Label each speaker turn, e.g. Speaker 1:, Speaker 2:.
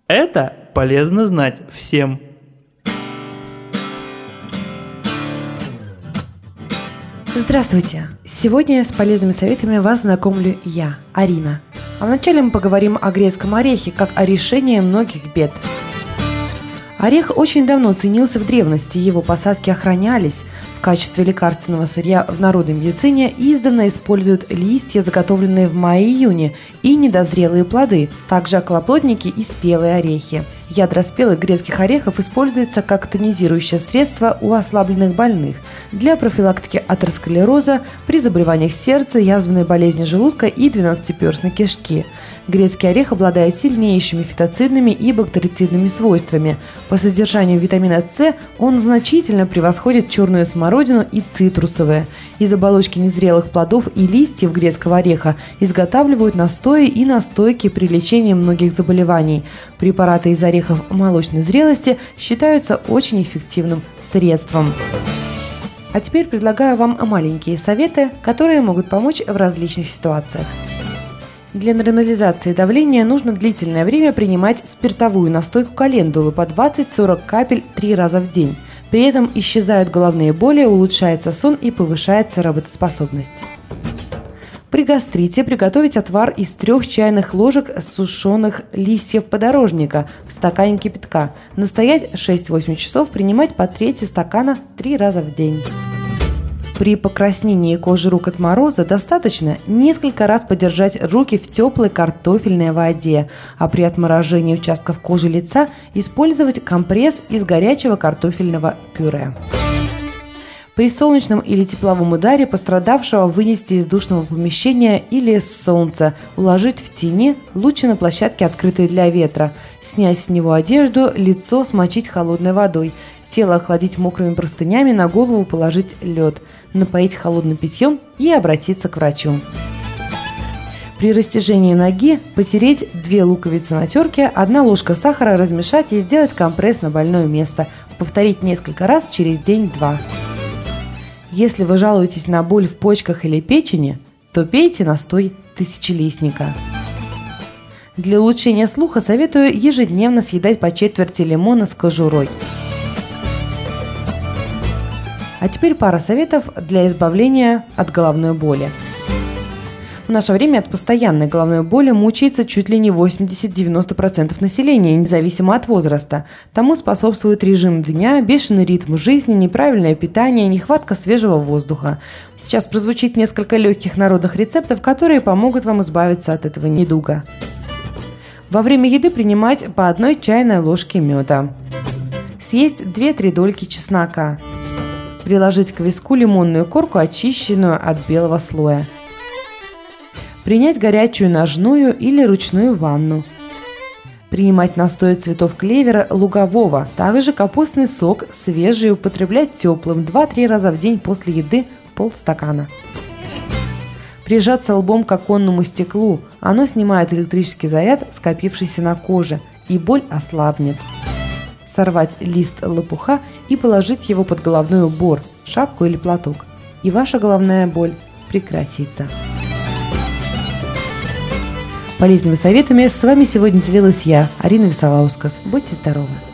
Speaker 1: Это полезно знать всем.
Speaker 2: Здравствуйте! Сегодня с полезными советами вас знакомлю я, Арина. А вначале мы поговорим о грецком орехе, как о решении многих бед. Орех очень давно ценился в древности, его посадки охранялись. В качестве лекарственного сырья в народной медицине издавна используют листья, заготовленные в мае-июне, и недозрелые плоды, также околоплодники и спелые орехи. Ядра спелых грецких орехов используются как тонизирующее средство у ослабленных больных, для профилактики атеросклероза, при заболеваниях сердца, язвенной болезни желудка и двенадцатиперстной кишки. Грецкий орех обладает сильнейшими фитоцидными и бактерицидными свойствами. По содержанию витамина С он значительно превосходит черную смородину и цитрусовые. Из оболочки незрелых плодов и листьев грецкого ореха изготавливают настои и настойки при лечении многих заболеваний. Препараты из орехов молочной зрелости считаются очень эффективным средством. А теперь предлагаю вам маленькие советы, которые могут помочь в различных ситуациях. Для нормализации давления нужно длительное время принимать спиртовую настойку календулы по 20-40 капель 3 раза в день. При этом исчезают головные боли, улучшается сон и повышается работоспособность. При гастрите приготовить отвар из 3 чайных ложек сушеных листьев подорожника в стакане кипятка. Настоять 6-8 часов, принимать по трети стакана 3 раза в день. При покраснении кожи рук от мороза достаточно несколько раз подержать руки в теплой картофельной воде, а при отморожении участков кожи лица использовать компресс из горячего картофельного пюре. При солнечном или тепловом ударе пострадавшего вынести из душного помещения или с солнца, уложить в тени, лучше на площадке, открытой для ветра, снять с него одежду, лицо смочить холодной водой, тело охладить мокрыми простынями, на голову положить лед, напоить холодным питьем и обратиться к врачу. При растяжении ноги потереть 2 луковицы на терке, 1 ложка сахара, размешать и сделать компресс на больное место. Повторить несколько раз через день-два. Если вы жалуетесь на боль в почках или печени, то пейте настой тысячелистника. Для улучшения слуха советую ежедневно съедать по четверти лимона с кожурой. А теперь пара советов для избавления от головной боли. В наше время от постоянной головной боли мучается чуть ли не 80-90% населения, независимо от возраста. Тому способствует режим дня, бешеный ритм жизни, неправильное питание, нехватка свежего воздуха. Сейчас прозвучит несколько легких народных рецептов, которые помогут вам избавиться от этого недуга. Во время еды принимать по 1 чайной ложке меда. Съесть 2-3 дольки чеснока. Приложить к виску лимонную корку, очищенную от белого слоя. Принять горячую ножную или ручную ванну. Принимать настой цветов клевера лугового, также капустный сок свежий употреблять теплым 2-3 раза в день после еды полстакана. Прижаться лбом к оконному стеклу, оно снимает электрический заряд, скопившийся на коже, и боль ослабнет. Сорвать лист лопуха и положить его под головной убор, шапку или платок, и ваша головная боль прекратится. Полезными советами с вами сегодня делилась я, Арина Висолаускас. Будьте здоровы!